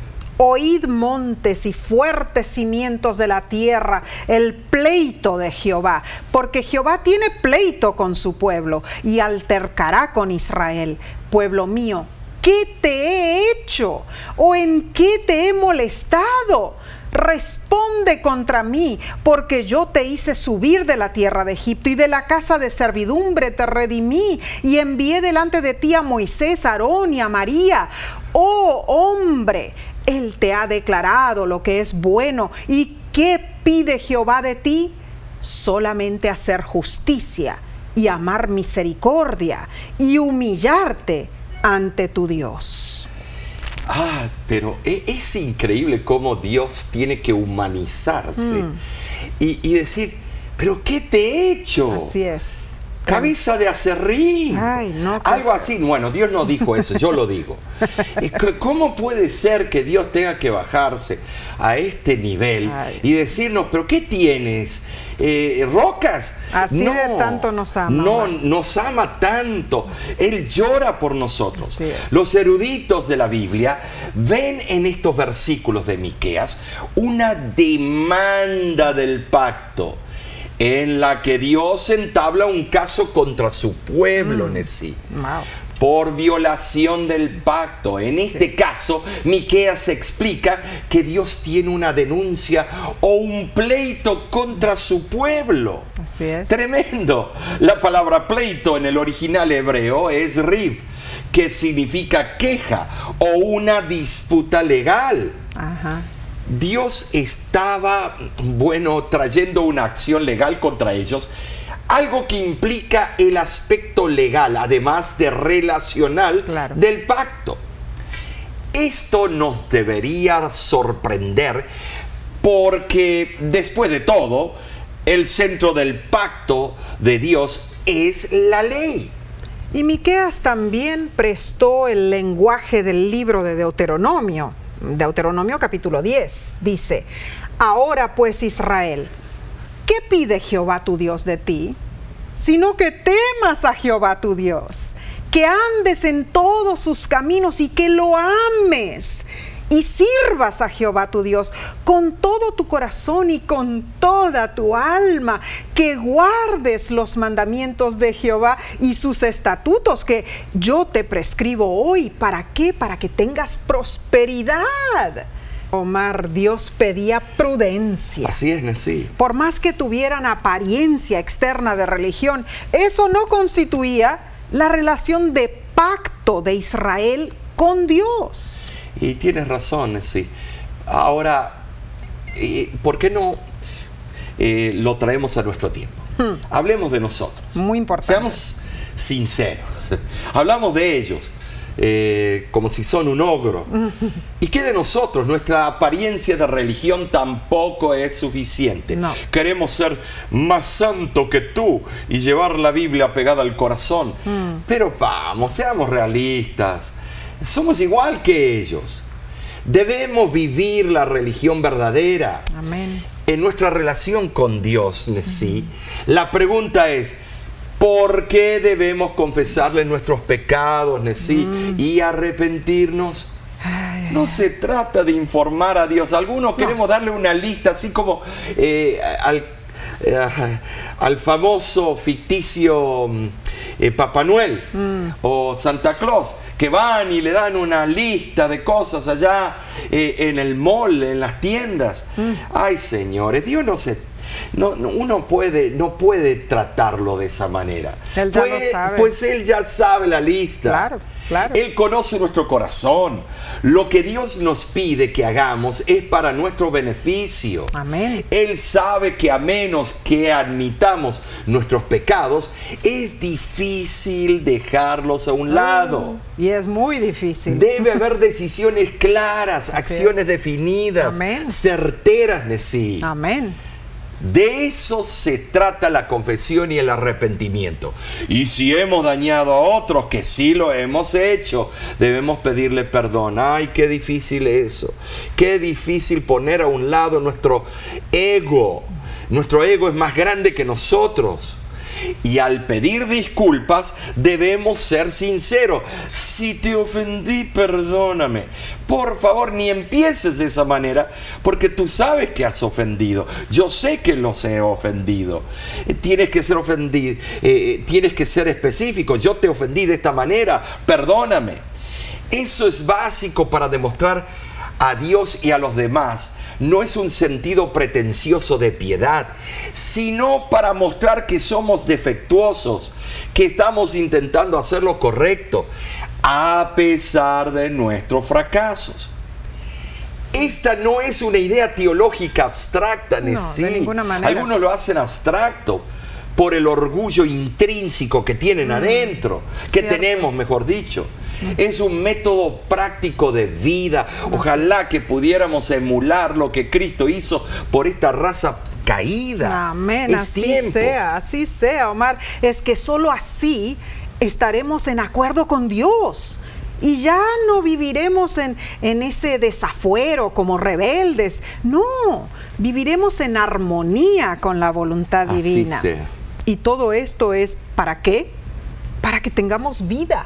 Oíd montes y fuertes cimientos de la tierra, el pleito de Jehová, porque Jehová tiene pleito con su pueblo y altercará con Israel. Pueblo mío, ¿qué te he hecho? ¿O en qué te he molestado? Responde contra mí, porque yo te hice subir de la tierra de Egipto y de la casa de servidumbre te redimí y envié delante de ti a Moisés, a Aarón y a María. Oh hombre, Él te ha declarado lo que es bueno. ¿Y qué pide Jehová de ti? Solamente hacer justicia y amar misericordia y humillarte ante tu Dios. Ah, pero es increíble cómo Dios tiene que humanizarse mm. y, y decir, ¿pero qué te he hecho? Así es. Cabeza de aserrín. Ay, no, algo así. Bueno, Dios no dijo eso, yo lo digo. ¿Cómo puede ser que Dios tenga que bajarse a este nivel Ay. y decirnos, ¿pero qué tienes? Eh, ¿Rocas? Así no, de tanto nos ama. No, nos ama tanto. Él llora por nosotros. Los eruditos de la Biblia ven en estos versículos de Miqueas una demanda del pacto, en la que Dios entabla un caso contra su pueblo, mm. Nesí, wow. por violación del pacto. En este sí. caso, Miqueas explica que Dios tiene una denuncia o un pleito contra su pueblo. Así es. Tremendo. La palabra pleito en el original hebreo es riv, que significa queja o una disputa legal. Ajá. Dios estaba, bueno, trayendo una acción legal contra ellos, algo que implica el aspecto legal, además de relacional, claro, del pacto. Esto nos debería sorprender porque, después de todo, el centro del pacto de Dios es la ley. Y Miqueas también prestó el lenguaje del libro de Deuteronomio. Deuteronomio capítulo diez, dice: ahora pues, Israel, ¿qué pide Jehová tu Dios de ti? Sino que temas a Jehová tu Dios, que andes en todos sus caminos y que lo ames y sirvas a Jehová tu Dios con todo tu corazón y con toda tu alma, que guardes los mandamientos de Jehová y sus estatutos que yo te prescribo hoy. ¿Para qué? Para que tengas prosperidad. Omar, Dios pedía prudencia. Así es, Nesí. Por más que tuvieran apariencia externa de religión, eso no constituía la relación de pacto de Israel con Dios. Y tienes razón, Nesí. Ahora, ¿por qué no eh, lo traemos a nuestro tiempo? Hmm. Hablemos de nosotros. Muy importante. Seamos sinceros. Hablamos de ellos. Eh, como si son un ogro. ¿Y qué de nosotros? Nuestra apariencia de religión tampoco es suficiente. No. Queremos ser más santo que tú y llevar la Biblia pegada al corazón. Mm. Pero vamos, seamos realistas. Somos igual que ellos. Debemos vivir la religión verdadera. Amén. En nuestra relación con Dios, Nesí, mm. la pregunta es: ¿por qué debemos confesarle nuestros pecados, Nesí, mm. y arrepentirnos? Ay, no se trata de informar a Dios. Algunos no. queremos darle una lista, así como eh, al, eh, al famoso ficticio eh, Papá Noel mm. o Santa Claus, que van y le dan una lista de cosas allá eh, en el mall, en las tiendas. Mm. Ay, señores, Dios no se... No, no, uno puede, no puede tratarlo de esa manera. Él ya pues, lo sabe. Pues Él ya sabe la lista. Claro, claro. Él conoce nuestro corazón. Lo que Dios nos pide que hagamos es para nuestro beneficio. Amén. Él sabe que a menos que admitamos nuestros pecados, es difícil dejarlos a un lado. Oh, y es muy difícil. Debe haber decisiones claras, Así acciones es. definidas, Amén. certeras de sí. Amén. De eso se trata la confesión y el arrepentimiento. Y si hemos dañado a otros, que sí lo hemos hecho, debemos pedirle perdón. Ay, qué difícil eso. Qué difícil poner a un lado nuestro ego. Nuestro ego es más grande que nosotros. Y al pedir disculpas debemos ser sinceros. Si te ofendí, perdóname. Por favor, ni empieces de esa manera, porque tú sabes que has ofendido. Yo sé que los he ofendido. Tienes que ser ofendido, eh, tienes que ser específico. Yo te ofendí de esta manera, perdóname. Eso es básico para demostrar a Dios y a los demás. No es un sentido pretencioso de piedad, sino para mostrar que somos defectuosos, que estamos intentando hacer lo correcto, a pesar de nuestros fracasos. Esta no es una idea teológica abstracta, no, sí. de ninguna manera. Algunos lo hacen abstracto por el orgullo intrínseco que tienen mm, adentro, que cierto. tenemos, mejor dicho. Es un método práctico de vida. Ojalá que pudiéramos emular lo que Cristo hizo por esta raza caída. Amén, es así tiempo. sea, así sea, Omar. Es que solo así estaremos en acuerdo con Dios. Y ya no viviremos en, en ese desafuero como rebeldes. No, viviremos en armonía con la voluntad así divina. Sea. Y todo esto es ¿para qué? Para que tengamos vida.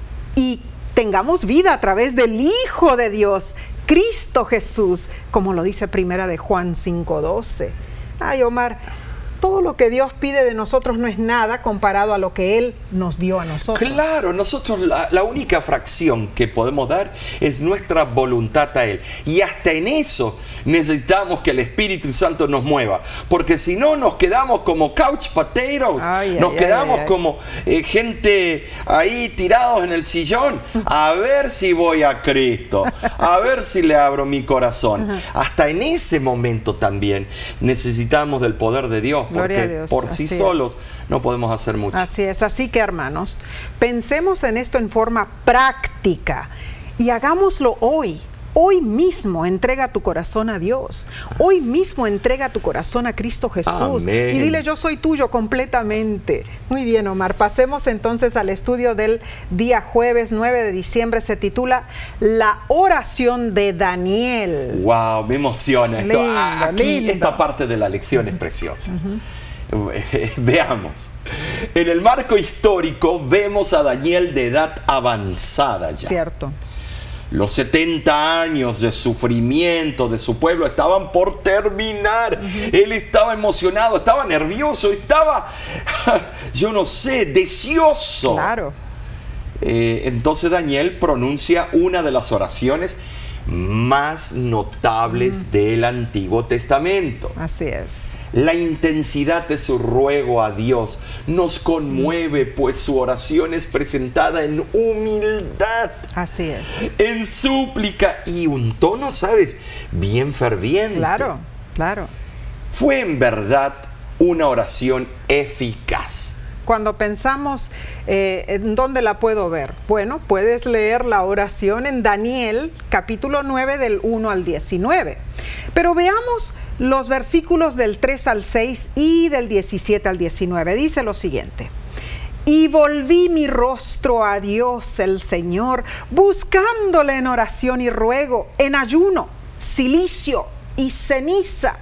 Y tengamos vida a través del Hijo de Dios, Cristo Jesús, como lo dice Primera de Juan cinco doce. Ay, Omar, todo lo que Dios pide de nosotros no es nada comparado a lo que Él nos dio a nosotros. Claro, nosotros la, la única fracción que podemos dar es nuestra voluntad a Él. Y hasta en eso necesitamos que el Espíritu Santo nos mueva. Porque si no, nos quedamos como couch potatoes. Ay, nos ay, quedamos ay, ay. como eh, gente ahí tirados en el sillón. A ver si voy a Cristo. A ver si le abro mi corazón. Hasta en ese momento también necesitamos del poder de Dios. Porque Dios, por sí solos es. no podemos hacer mucho. Así es, así que hermanos, pensemos en esto en forma práctica y hagámoslo hoy. Hoy mismo entrega tu corazón a Dios. Hoy mismo entrega tu corazón a Cristo Jesús. Amén. Y dile, yo soy tuyo completamente. Muy bien, Omar. Pasemos entonces al estudio del día jueves nueve de diciembre. Se titula La oración de Daniel. Wow, me emociona esto. Lindo, Aquí lindo. esta parte de la lección es preciosa. Uh-huh. Veamos. En el marco histórico vemos a Daniel de edad avanzada ya. Cierto. Los setenta años de sufrimiento de su pueblo estaban por terminar. Uh-huh. Él estaba emocionado, estaba nervioso, estaba, yo no sé, deseoso. Claro. Eh, entonces Daniel pronuncia una de las oraciones más notables uh-huh. del Antiguo Testamento. Así es. La intensidad de su ruego a Dios nos conmueve, pues su oración es presentada en humildad. Así es. En súplica y un tono, ¿sabes?, bien ferviente. Claro, claro. Fue en verdad una oración eficaz. Cuando pensamos, eh, ¿en dónde la puedo ver? Bueno, puedes leer la oración en Daniel, capítulo nueve, del uno al diecinueve. Pero veamos los versículos del tres al seis y del diecisiete al diecinueve. Dice lo siguiente: y volví mi rostro a Dios el Señor, buscándole en oración y ruego, en ayuno, cilicio y ceniza,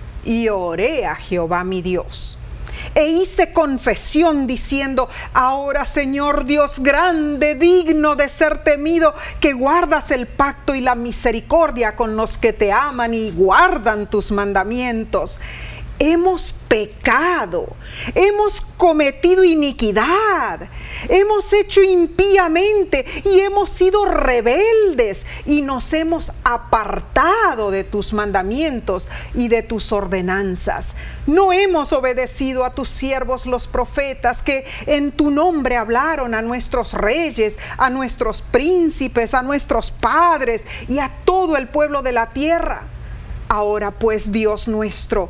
y oré a Jehová mi Dios. E hice confesión diciendo: ahora, Señor Dios grande, digno de ser temido, que guardas el pacto y la misericordia con los que te aman y guardan tus mandamientos. Hemos pecado, hemos cometido iniquidad, hemos hecho impíamente y hemos sido rebeldes y nos hemos apartado de tus mandamientos y de tus ordenanzas. No hemos obedecido a tus siervos los profetas que en tu nombre hablaron a nuestros reyes, a nuestros príncipes, a nuestros padres y a todo el pueblo de la tierra. Ahora pues, Dios nuestro,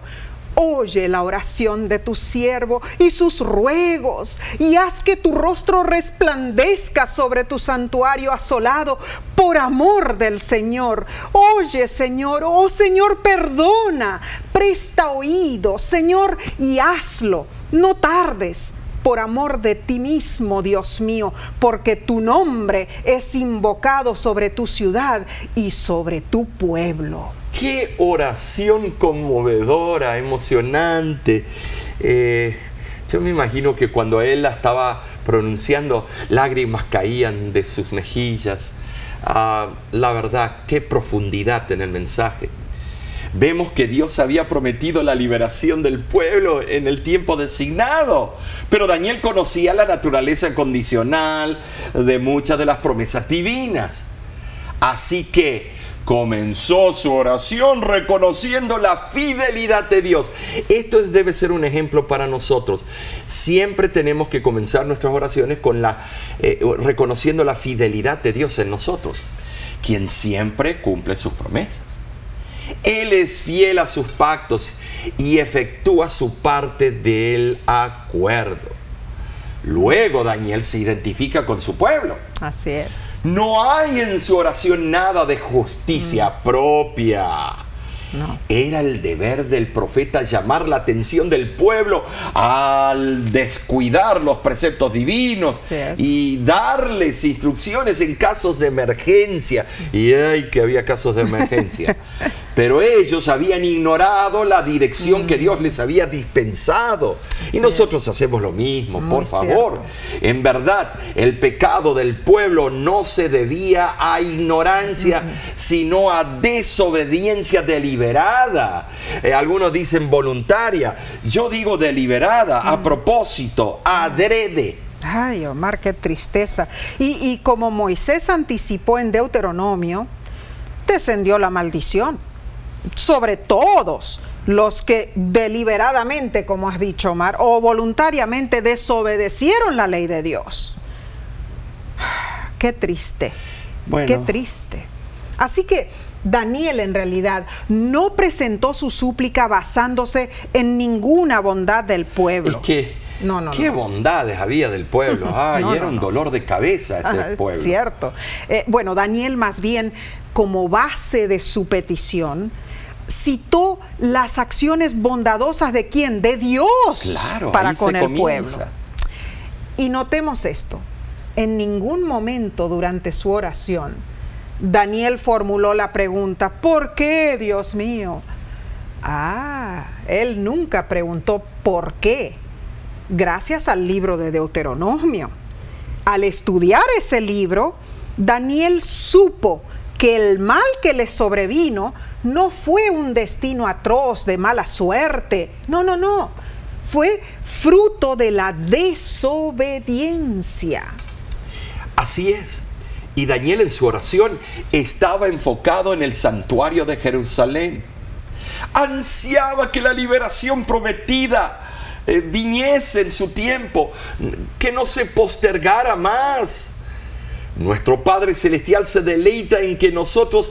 oye la oración de tu siervo y sus ruegos, y haz que tu rostro resplandezca sobre tu santuario asolado por amor del Señor. Oye, Señor, oh Señor, perdona, presta oído, Señor, y hazlo. No tardes, por amor de ti mismo, Dios mío, porque tu nombre es invocado sobre tu ciudad y sobre tu pueblo. ¡Qué oración conmovedora, emocionante! Eh, yo me imagino que cuando él la estaba pronunciando, lágrimas caían de sus mejillas. Ah, la verdad, qué profundidad en el mensaje. Vemos que Dios había prometido la liberación del pueblo en el tiempo designado, pero Daniel conocía la naturaleza condicional de muchas de las promesas divinas. Así que comenzó su oración reconociendo la fidelidad de Dios. Esto es, debe ser un ejemplo para nosotros. Siempre tenemos que comenzar nuestras oraciones con la, eh, reconociendo la fidelidad de Dios en nosotros, quien siempre cumple sus promesas. Él es fiel a sus pactos y efectúa su parte del acuerdo. Luego Daniel se identifica con su pueblo. Así es. No hay en su oración nada de justicia mm. propia. No. Era el deber del profeta llamar la atención del pueblo al descuidar los preceptos divinos y darles instrucciones en casos de emergencia. Y ay, que había casos de emergencia. Pero ellos habían ignorado la dirección mm. que Dios les había dispensado. Sí. Y nosotros hacemos lo mismo, Muy por favor. Cierto. En verdad, el pecado del pueblo no se debía a ignorancia, mm. sino a desobediencia deliberada. Eh, algunos dicen voluntaria. Yo digo deliberada, mm. a propósito, adrede. Ay, Omar, qué tristeza. Y, y como Moisés anticipó en Deuteronomio, descendió la maldición sobre todos los que deliberadamente, como has dicho, Omar, o voluntariamente desobedecieron la ley de Dios. Qué triste, bueno. qué triste. Así que Daniel en realidad no presentó su súplica basándose en ninguna bondad del pueblo. Es que No, no, Qué no. bondades había del pueblo. Ay, No, era no, un no. dolor de cabeza ese Ajá, pueblo. Cierto. Eh, bueno, Daniel más bien, como base de su petición, citó las acciones bondadosas de quién, de Dios, Claro, para ahí con se el comienza. pueblo. Y notemos esto, en ningún momento durante su oración, Daniel formuló la pregunta, ¿por qué, Dios mío? Ah, él nunca preguntó por qué, gracias al libro de Deuteronomio. Al estudiar ese libro, Daniel supo que el mal que le sobrevino no fue un destino atroz de mala suerte. No, no, no. Fue fruto de la desobediencia. Así es. Y Daniel en su oración estaba enfocado en el santuario de Jerusalén. Ansiaba que la liberación prometida eh, viniese en su tiempo, que no se postergara más. Nuestro Padre Celestial se deleita en que nosotros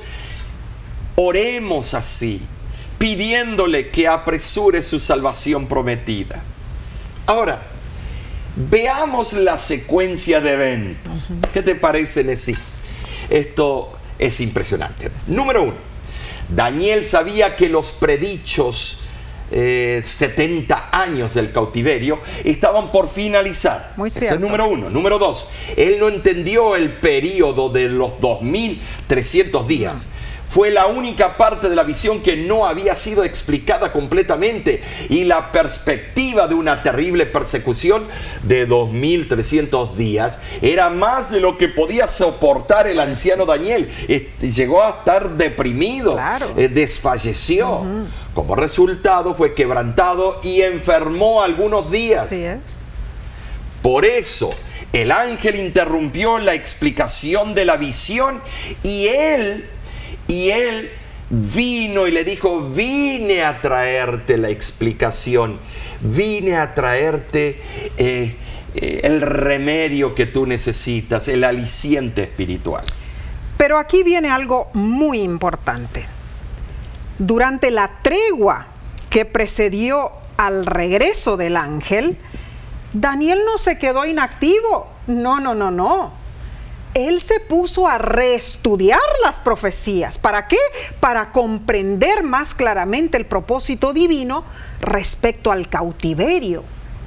oremos así, pidiéndole que apresure su salvación prometida. Ahora, veamos la secuencia de eventos. ¿Qué te parece, Nesí? Esto es impresionante. Número uno, Daniel sabía que los predichos eh, setenta años del cautiverio estaban por finalizar. Muy Ese cierto. es número uno. Número dos, él no entendió el periodo de los dos mil trescientos días. Fue la única parte de la visión que no había sido explicada completamente, y la perspectiva de una terrible persecución de dos mil trescientos días era más de lo que podía soportar el anciano Daniel. Este, llegó a estar deprimido, Claro. eh, desfalleció. Uh-huh. Como resultado fue quebrantado y enfermó algunos días. Así es. Por eso el ángel interrumpió la explicación de la visión y él Y él vino y le dijo, vine a traerte la explicación, vine a traerte eh, eh, el remedio que tú necesitas, el aliciente espiritual. Pero aquí viene algo muy importante. Durante la tregua que precedió al regreso del ángel, Daniel no se quedó inactivo. No, no, no, no. Él se puso a reestudiar las profecías. ¿Para qué? Para comprender más claramente el propósito divino respecto al cautiverio.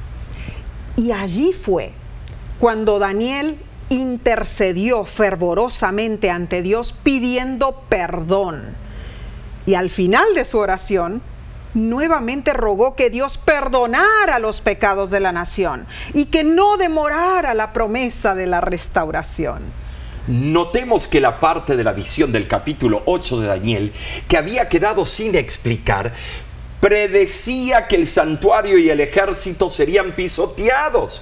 Y allí fue cuando Daniel intercedió fervorosamente ante Dios pidiendo perdón. Y al final de su oración, nuevamente rogó que Dios perdonara los pecados de la nación y que no demorara la promesa de la restauración. Notemos que la parte de la visión del capítulo ocho de Daniel, que había quedado sin explicar, predecía que el santuario y el ejército serían pisoteados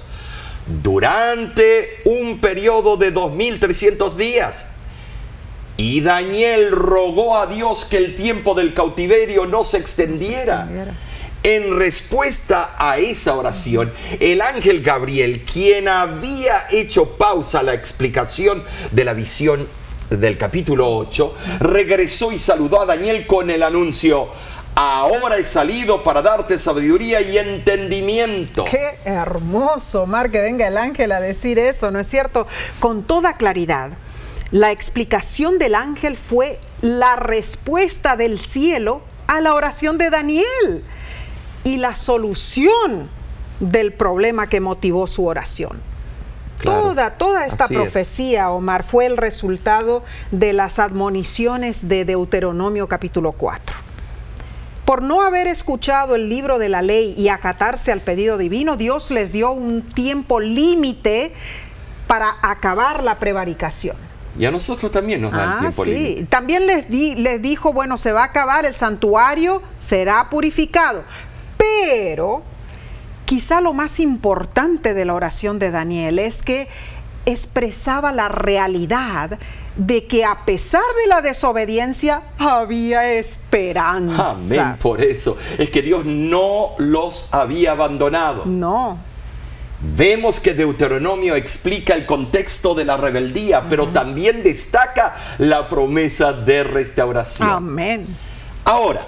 durante un periodo de dos mil trescientos días. Y Daniel rogó a Dios que el tiempo del cautiverio no se extendiera. En respuesta a esa oración, el ángel Gabriel, quien había hecho pausa a la explicación de la visión del capítulo ocho, regresó y saludó a Daniel con el anuncio: ahora he salido para darte sabiduría y entendimiento. Qué hermoso, Mar, que venga el ángel a decir eso, ¿no es cierto? Con toda claridad, la explicación del ángel fue la respuesta del cielo a la oración de Daniel y la solución del problema que motivó su oración. Claro, toda, toda esta profecía, es. Omar, fue el resultado de las admoniciones de Deuteronomio capítulo cuatro. Por no haber escuchado el libro de la ley y acatarse al pedido divino, Dios les dio un tiempo límite para acabar la prevaricación. Y a nosotros también nos da ah, el tiempo sí. límite. También les, di, les dijo, bueno, se va a acabar el santuario, será purificado. Pero quizá lo más importante de la oración de Daniel es que expresaba la realidad de que a pesar de la desobediencia había esperanza. Amén, por eso. Es que Dios no los había abandonado. No. Vemos que Deuteronomio explica el contexto de la rebeldía, uh-huh. pero también destaca la promesa de restauración. Amén. Ahora,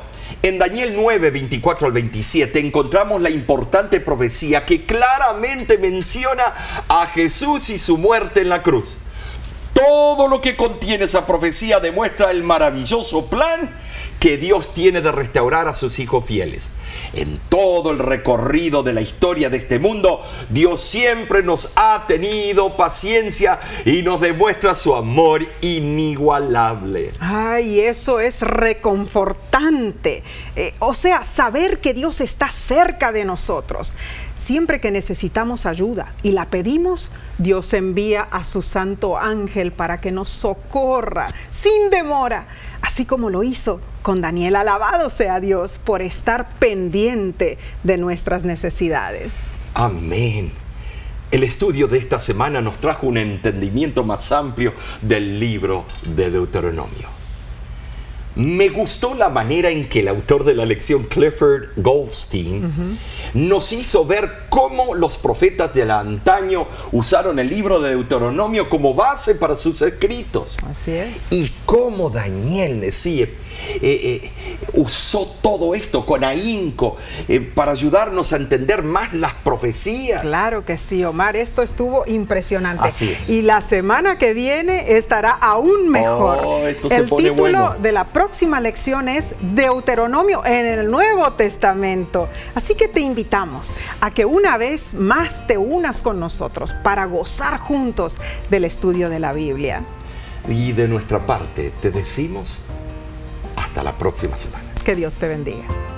En Daniel nueve, veinticuatro al veintisiete encontramos la importante profecía que claramente menciona a Jesús y su muerte en la cruz. Todo lo que contiene esa profecía demuestra el maravilloso plan que Dios tiene de restaurar a sus hijos fieles. En todo el recorrido de la historia de este mundo, Dios siempre nos ha tenido paciencia y nos demuestra su amor inigualable. Ay, eso es reconfortante. Eh, o sea, saber que Dios está cerca de nosotros. Siempre que necesitamos ayuda y la pedimos, Dios envía a su santo ángel para que nos socorra sin demora, así como lo hizo con Daniel. Alabado sea Dios por estar pendiente de nuestras necesidades. Amén. El estudio de esta semana nos trajo un entendimiento más amplio del libro de Deuteronomio. Me gustó la manera en que el autor de la lección, Clifford Goldstein, uh-huh. nos hizo ver cómo los profetas del antaño usaron el libro de Deuteronomio como base para sus escritos. Así es. Y cómo Daniel Nessiev eh, eh, usó todo esto con ahínco eh, para ayudarnos a entender más las profecías. Claro que sí, Omar, esto estuvo impresionante. Así es. Y la semana que viene estará aún mejor. Oh, esto se el pone título bueno. de la próxima lección es Deuteronomio en el Nuevo Testamento. Así que te invitamos a que una vez más te unas con nosotros para gozar juntos del estudio de la Biblia. Y de nuestra parte te decimos hasta la próxima semana. Que Dios te bendiga.